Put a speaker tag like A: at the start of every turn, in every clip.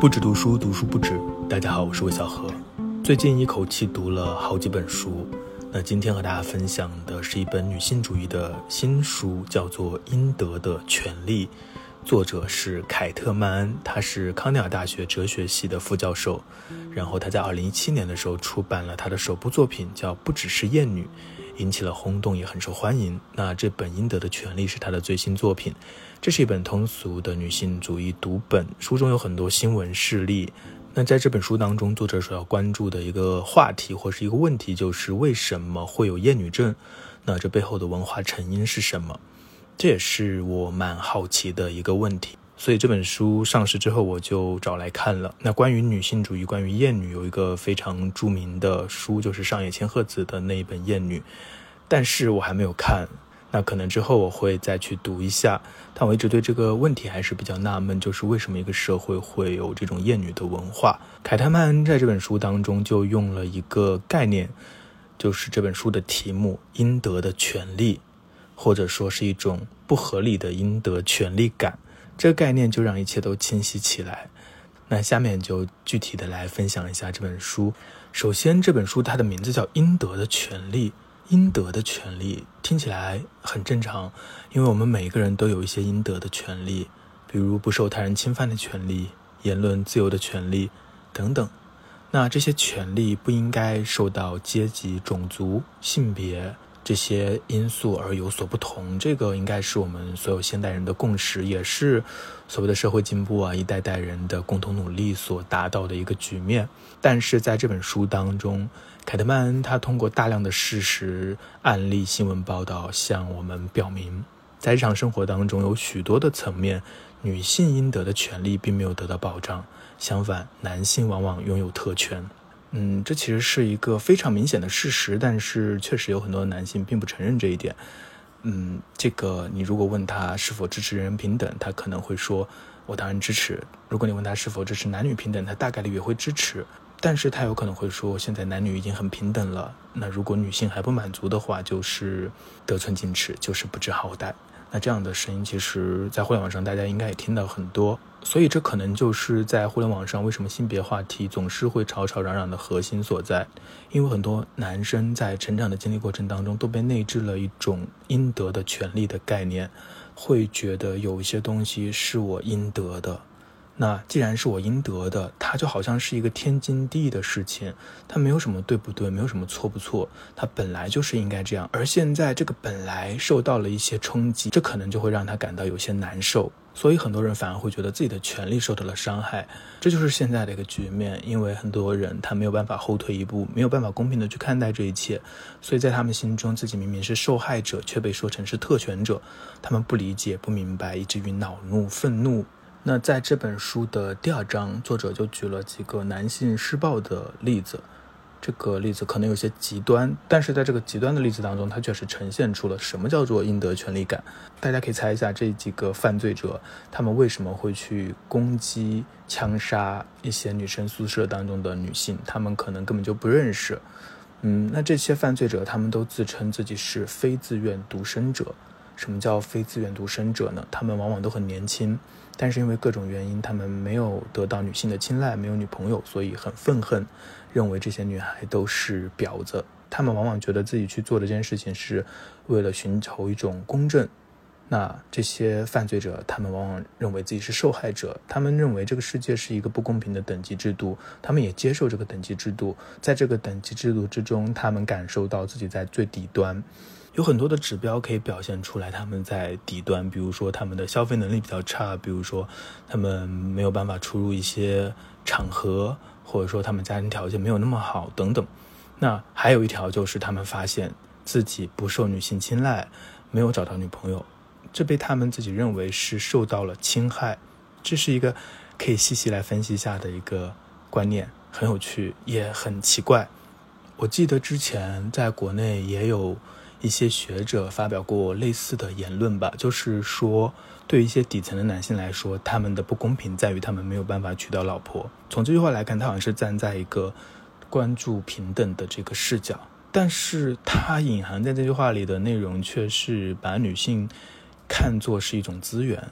A: 不止读书，读书不止。大家好，我是魏小何。最近一口气读了好几本书，那今天和大家分享的是一本女性主义的新书，叫做《应得的权利》，作者是凯特·曼恩，他是康奈尔大学哲学系的副教授。然后他在2017年的时候出版了他的首部作品，叫《不只是厌女》，引起了轰动，也很受欢迎。那这本《应得的权利》是他的最新作品，这是一本通俗的女性主义读本，书中有很多新闻事例。那在这本书当中，作者所要关注的一个话题或是一个问题，就是为什么会有厌女症？那这背后的文化成因是什么？这也是我蛮好奇的一个问题。所以这本书上市之后，我就找来看了。那关于女性主义，关于厌女，有一个非常著名的书，就是上野千鹤子的那一本《厌女》，但是我还没有看。那可能之后我会再去读一下，但我一直对这个问题还是比较纳闷，就是为什么一个社会会有这种厌女的文化。凯特·曼恩在这本书当中就用了一个概念，就是这本书的题目“应得的权利”，或者说是一种不合理的应得权利感。这个概念就让一切都清晰起来。那下面就具体的来分享一下这本书。首先，这本书它的名字叫《应得的权利》。应得的权利听起来很正常，因为我们每个人都有一些应得的权利，比如不受他人侵犯的权利、言论自由的权利等等。那这些权利不应该受到阶级、种族、性别这些因素而有所不同，这个应该是我们所有现代人的共识，也是所谓的社会进步一代代人的共同努力所达到的一个局面。但是在这本书当中，凯特·曼恩他通过大量的事实、案例、新闻报道向我们表明，在日常生活当中有许多的层面，女性应得的权利并没有得到保障，相反，男性往往拥有特权。这其实是一个非常明显的事实，但是确实有很多男性并不承认这一点。这个你如果问他是否支持人人平等，他可能会说我当然支持。如果你问他是否支持男女平等，他大概率也会支持。但是他有可能会说现在男女已经很平等了，那如果女性还不满足的话，就是得寸进尺，就是不知好歹。那这样的声音其实在互联网上大家应该也听到很多，所以这可能就是在互联网上为什么性别话题总是会吵吵嚷嚷的核心所在。因为很多男生在成长的经历过程当中都被内置了一种应得的权利的概念，会觉得有一些东西是我应得的，那既然是我应得的，它就好像是一个天经地义的事情，它没有什么对不对，没有什么错不错，它本来就是应该这样。而现在这个本来受到了一些冲击，这可能就会让他感到有些难受，所以很多人反而会觉得自己的权利受到了伤害。这就是现在的一个局面，因为很多人他没有办法后退一步，没有办法公平的去看待这一切，所以在他们心中自己明明是受害者，却被说成是特权者，他们不理解不明白，以至于恼怒愤怒。那在这本书的第2章，作者就举了几个男性施暴的例子。这个例子可能有些极端，但是在这个极端的例子当中，它确实呈现出了什么叫做应得权利感。大家可以猜一下，这几个犯罪者他们为什么会去攻击、枪杀一些女生宿舍当中的女性，他们可能根本就不认识。那这些犯罪者他们都自称自己是非自愿独身者。什么叫非自愿独身者呢？他们往往都很年轻，但是因为各种原因，他们没有得到女性的青睐，没有女朋友，所以很愤恨，认为这些女孩都是婊子。他们往往觉得自己去做这件事情是为了寻求一种公正。那这些犯罪者他们往往认为自己是受害者，他们认为这个世界是一个不公平的等级制度，他们也接受这个等级制度，在这个等级制度之中，他们感受到自己在最底端。有很多的指标可以表现出来他们在底端，比如说他们的消费能力比较差，比如说他们没有办法出入一些场合，或者说他们家庭条件没有那么好等等。那还有一条就是他们发现自己不受女性青睐，没有找到女朋友，这被他们自己认为是受到了侵害。这是一个可以细细来分析一下的一个观念，很有趣也很奇怪。我记得之前在国内也有一些学者发表过类似的言论吧，就是说对于一些底层的男性来说，他们的不公平在于他们没有办法娶到老婆。从这句话来看，他好像是站在一个关注平等的这个视角，但是他隐含在这句话里的内容却是把女性看作是一种资源，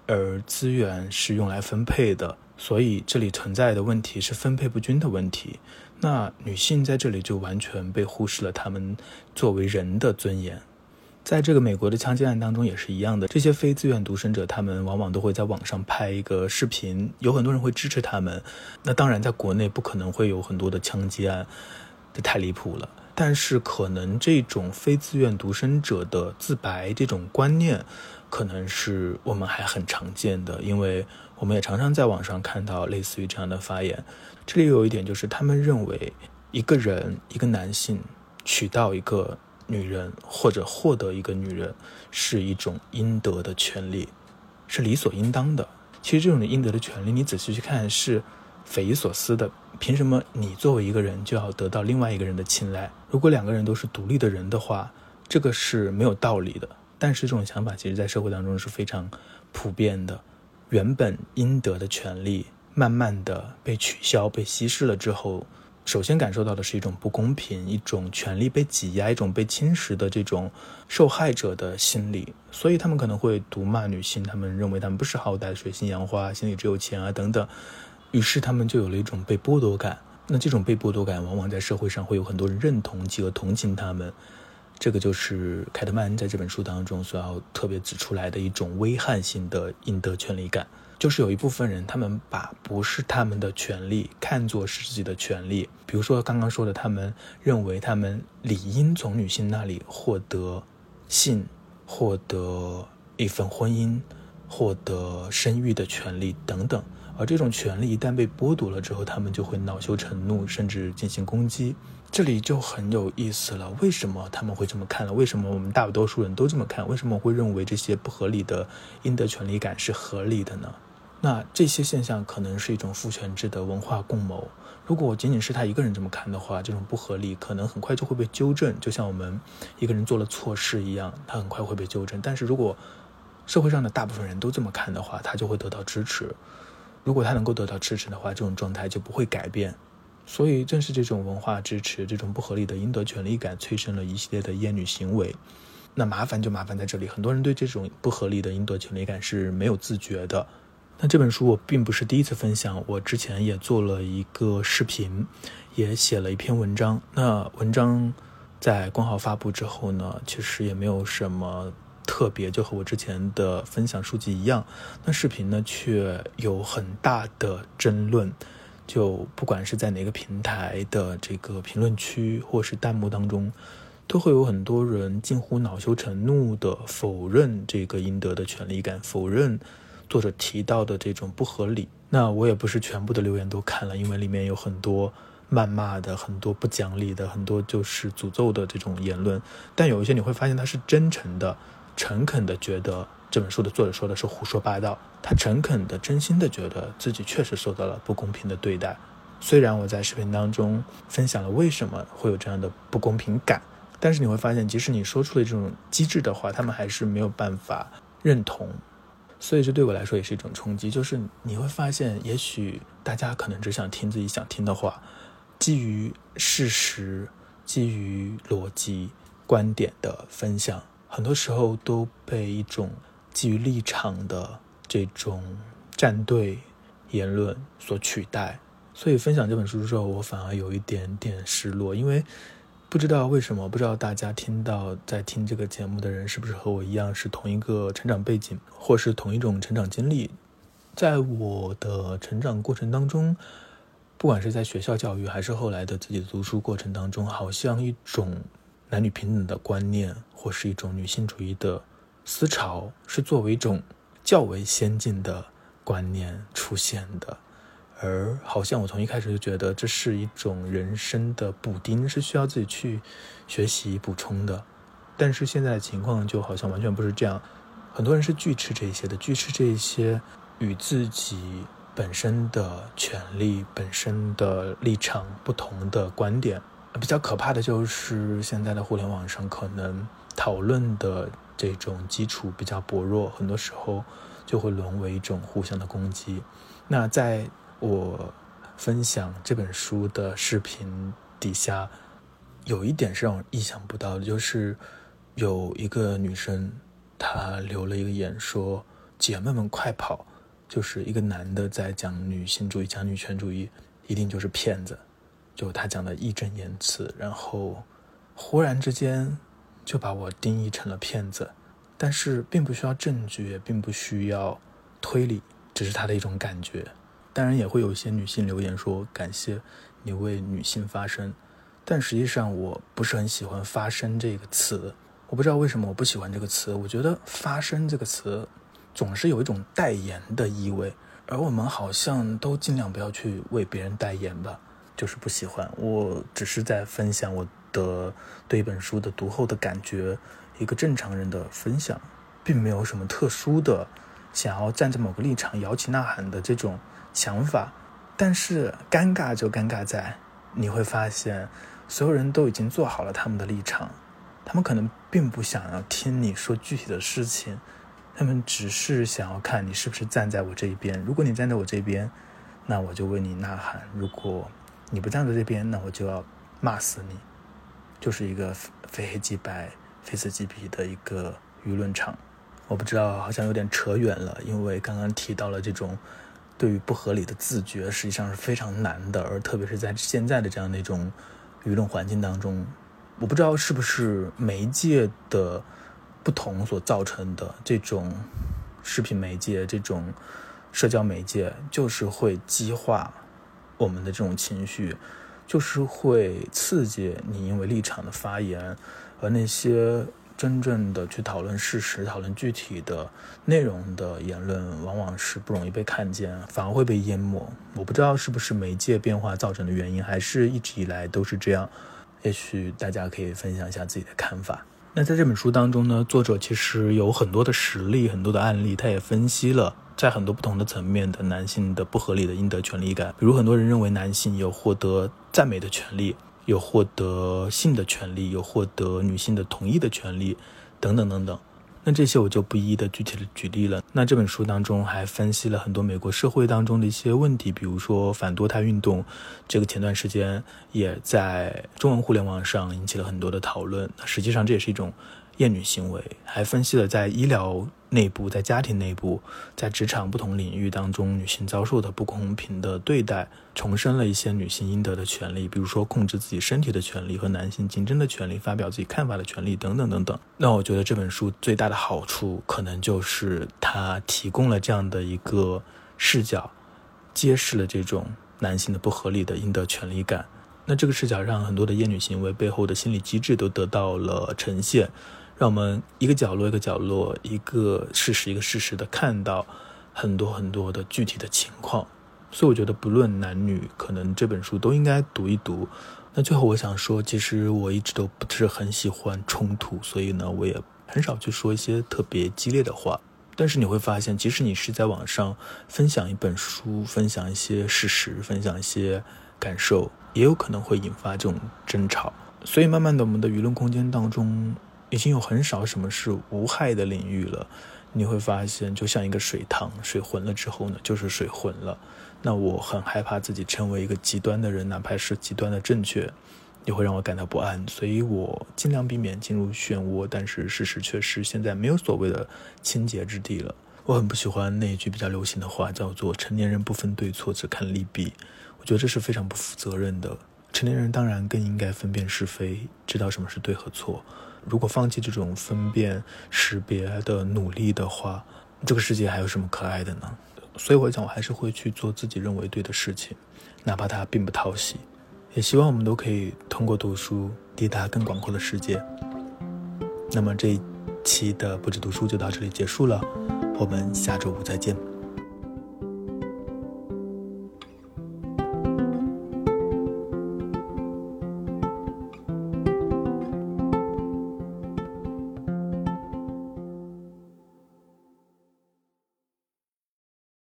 A: 而资源是用来分配的，所以这里存在的问题是分配不均的问题。那女性在这里就完全被忽视了她们作为人的尊严。在这个美国的枪击案当中也是一样的，这些非自愿独身者他们往往都会在网上拍一个视频，有很多人会支持他们。那当然在国内不可能会有很多的枪击案，这太离谱了，但是可能这种非自愿独身者的自白这种观念可能是我们还很常见的，因为我们也常常在网上看到类似于这样的发言。这里有一点就是他们认为一个人，一个男性娶到一个女人或者获得一个女人是一种应得的权利，是理所应当的。其实这种应得的权利你仔细去看是匪夷所思的，凭什么你作为一个人就要得到另外一个人的青睐？如果两个人都是独立的人的话，这个是没有道理的。但是这种想法其实在社会当中是非常普遍的，原本应得的权利慢慢的被取消被稀释了之后，首先感受到的是一种不公平，一种权利被挤压，一种被侵蚀的这种受害者的心理。所以他们可能会毒骂女性，他们认为他们不识好歹，水性杨花，心里只有钱啊等等，于是他们就有了一种被剥夺感。那这种被剥夺感往往在社会上会有很多人认同继而同情他们，这个就是凯特曼在这本书当中所要特别指出来的一种危害性的应得权利感。就是有一部分人他们把不是他们的权利看作是自己的权利，比如说刚刚说的，他们认为他们理应从女性那里获得性，获得一份婚姻，获得生育的权利等等，而这种权利一旦被剥夺了之后，他们就会恼羞成怒，甚至进行攻击。这里就很有意思了，为什么他们会这么看了？为什么我们大多数人都这么看？为什么会认为这些不合理的应得权利感是合理的呢？那这些现象可能是一种父权制的文化共谋。如果仅仅是他一个人这么看的话，这种不合理可能很快就会被纠正，就像我们一个人做了错事一样，他很快会被纠正。但是如果社会上的大部分人都这么看的话，他就会得到支持。如果他能够得到支持的话，这种状态就不会改变。所以正是这种文化支持，这种不合理的应得权利感催生了一系列的厌女行为。那麻烦就麻烦在这里，很多人对这种不合理的应得权利感是没有自觉的。那这本书我并不是第一次分享，我之前也做了一个视频，也写了一篇文章。那文章在公号发布之后呢，其实也没有什么特别，就和我之前的分享书籍一样。那视频呢却有很大的争论，就不管是在哪个平台的这个评论区或是弹幕当中，都会有很多人近乎恼羞成怒的否认这个应得的权利感，否认作者提到的这种不合理。那我也不是全部的留言都看了，因为里面有很多谩骂的，很多不讲理的，很多就是诅咒的这种言论。但有一些你会发现他是真诚的、诚恳的觉得这本书的作者说的是胡说八道，他诚恳的、真心的觉得自己确实受到了不公平的对待。虽然我在视频当中分享了为什么会有这样的不公平感，但是你会发现即使你说出了这种机智的话，他们还是没有办法认同。所以这对我来说也是一种冲击，就是你会发现也许大家可能只想听自己想听的话，基于事实、基于逻辑观点的分享，很多时候都被一种基于立场的这种站队言论所取代。所以分享这本书之后，我反而有一点点失落，因为不知道为什么，不知道大家在听这个节目的人是不是和我一样是同一个成长背景，或是同一种成长经历。在我的成长过程当中，不管是在学校教育还是后来的自己的读书过程当中，好像一种男女平等的观念或是一种女性主义的思潮是作为一种较为先进的观念出现的，而好像我从一开始就觉得这是一种人生的补丁，是需要自己去学习补充的。但是现在的情况就好像完全不是这样，很多人是拒斥这些的，拒斥这些与自己本身的权利、本身的立场不同的观点。比较可怕的就是现在的互联网上可能讨论的这种基础比较薄弱，很多时候就会沦为一种互相的攻击。那在我分享这本书的视频底下，有一点是让我意想不到的，就是有一个女生她留了一个言说，自己的权利姐妹们快跑，就是一个男的在讲女性主义讲女权主义一定就是骗子，就他讲的义正言辞，然后忽然之间就把我定义成了骗子，但是并不需要证据，也并不需要推理，只是他的一种感觉。当然也会有一些女性留言说感谢你为女性发声，但实际上我不是很喜欢发声这个词。我不知道为什么我不喜欢这个词，我觉得发声这个词总是有一种代言的意味，而我们好像都尽量不要去为别人代言吧，就是不喜欢。我只是在分享我的对一本书的读后的感觉，一个正常人的分享，并没有什么特殊的想要站在某个立场摇旗呐喊的这种想法。但是尴尬就尴尬在你会发现所有人都已经做好了他们的立场，他们可能并不想要听你说具体的事情，他们只是想要看你是不是站在我这一边。如果你站在我这边，那我就为你呐喊，如果你不站在这边，那我就要骂死你。就是一个非黑即白非此即彼的一个舆论场。我不知道，好像有点扯远了，因为刚刚提到了这种对于不合理的自觉实际上是非常难的，而特别是在现在的这样的一种舆论环境当中，我不知道是不是媒介的不同所造成的，这种视频媒介这种社交媒介就是会激化我们的这种情绪，就是会刺激你因为立场的发言，而那些真正的去讨论事实讨论具体的内容的言论往往是不容易被看见，反而会被淹没。我不知道是不是媒介变化造成的原因，还是一直以来都是这样，也许大家可以分享一下自己的看法。那在这本书当中呢，作者其实有很多的实例很多的案例，他也分析了在很多不同的层面的男性的不合理的应得权利感，比如很多人认为男性有获得赞美的权利，有获得性的权利，有获得女性的同意的权利等等等等。那这些我就不一一的具体的举例了。那这本书当中还分析了很多美国社会当中的一些问题，比如说反堕胎运动，这个前段时间也在中文互联网上引起了很多的讨论，实际上这也是一种厌女行为。还分析了在医疗内部在家庭内部在职场不同领域当中女性遭受的不公平的对待，重申了一些女性应得的权利，比如说控制自己身体的权利和男性竞争的权利，发表自己看法的权利等等等等。那我觉得这本书最大的好处可能就是它提供了这样的一个视角，揭示了这种男性的不合理的应得权利感。那这个视角让很多的厌女行为背后的心理机制都得到了呈现，让我们一个角落一个角落一个事实一个事实的看到很多很多的具体的情况。所以我觉得不论男女，可能这本书都应该读一读。那最后我想说，其实我一直都不是很喜欢冲突，所以呢我也很少去说一些特别激烈的话。但是你会发现，即使你是在网上分享一本书，分享一些事实，分享一些感受，也有可能会引发这种争吵。所以慢慢的我们的舆论空间当中已经有很少什么是无害的领域了。你会发现就像一个水塘，水浑了之后呢就是水浑了。那我很害怕自己成为一个极端的人，哪怕是极端的正确也会让我感到不安，所以我尽量避免进入漩涡。但是事实却是现在没有所谓的清洁之地了。我很不喜欢那一句比较流行的话，叫做成年人不分对错只看利弊。我觉得这是非常不负责任的。成年人当然更应该分辨是非，知道什么是对和错。如果放弃这种分辨识别的努力的话，这个世界还有什么可爱的呢？所以我想我还是会去做自己认为对的事情，哪怕它并不讨喜。也希望我们都可以通过读书抵达更广阔的世界。那么这一期的不止读书就到这里结束了，我们下周五再见。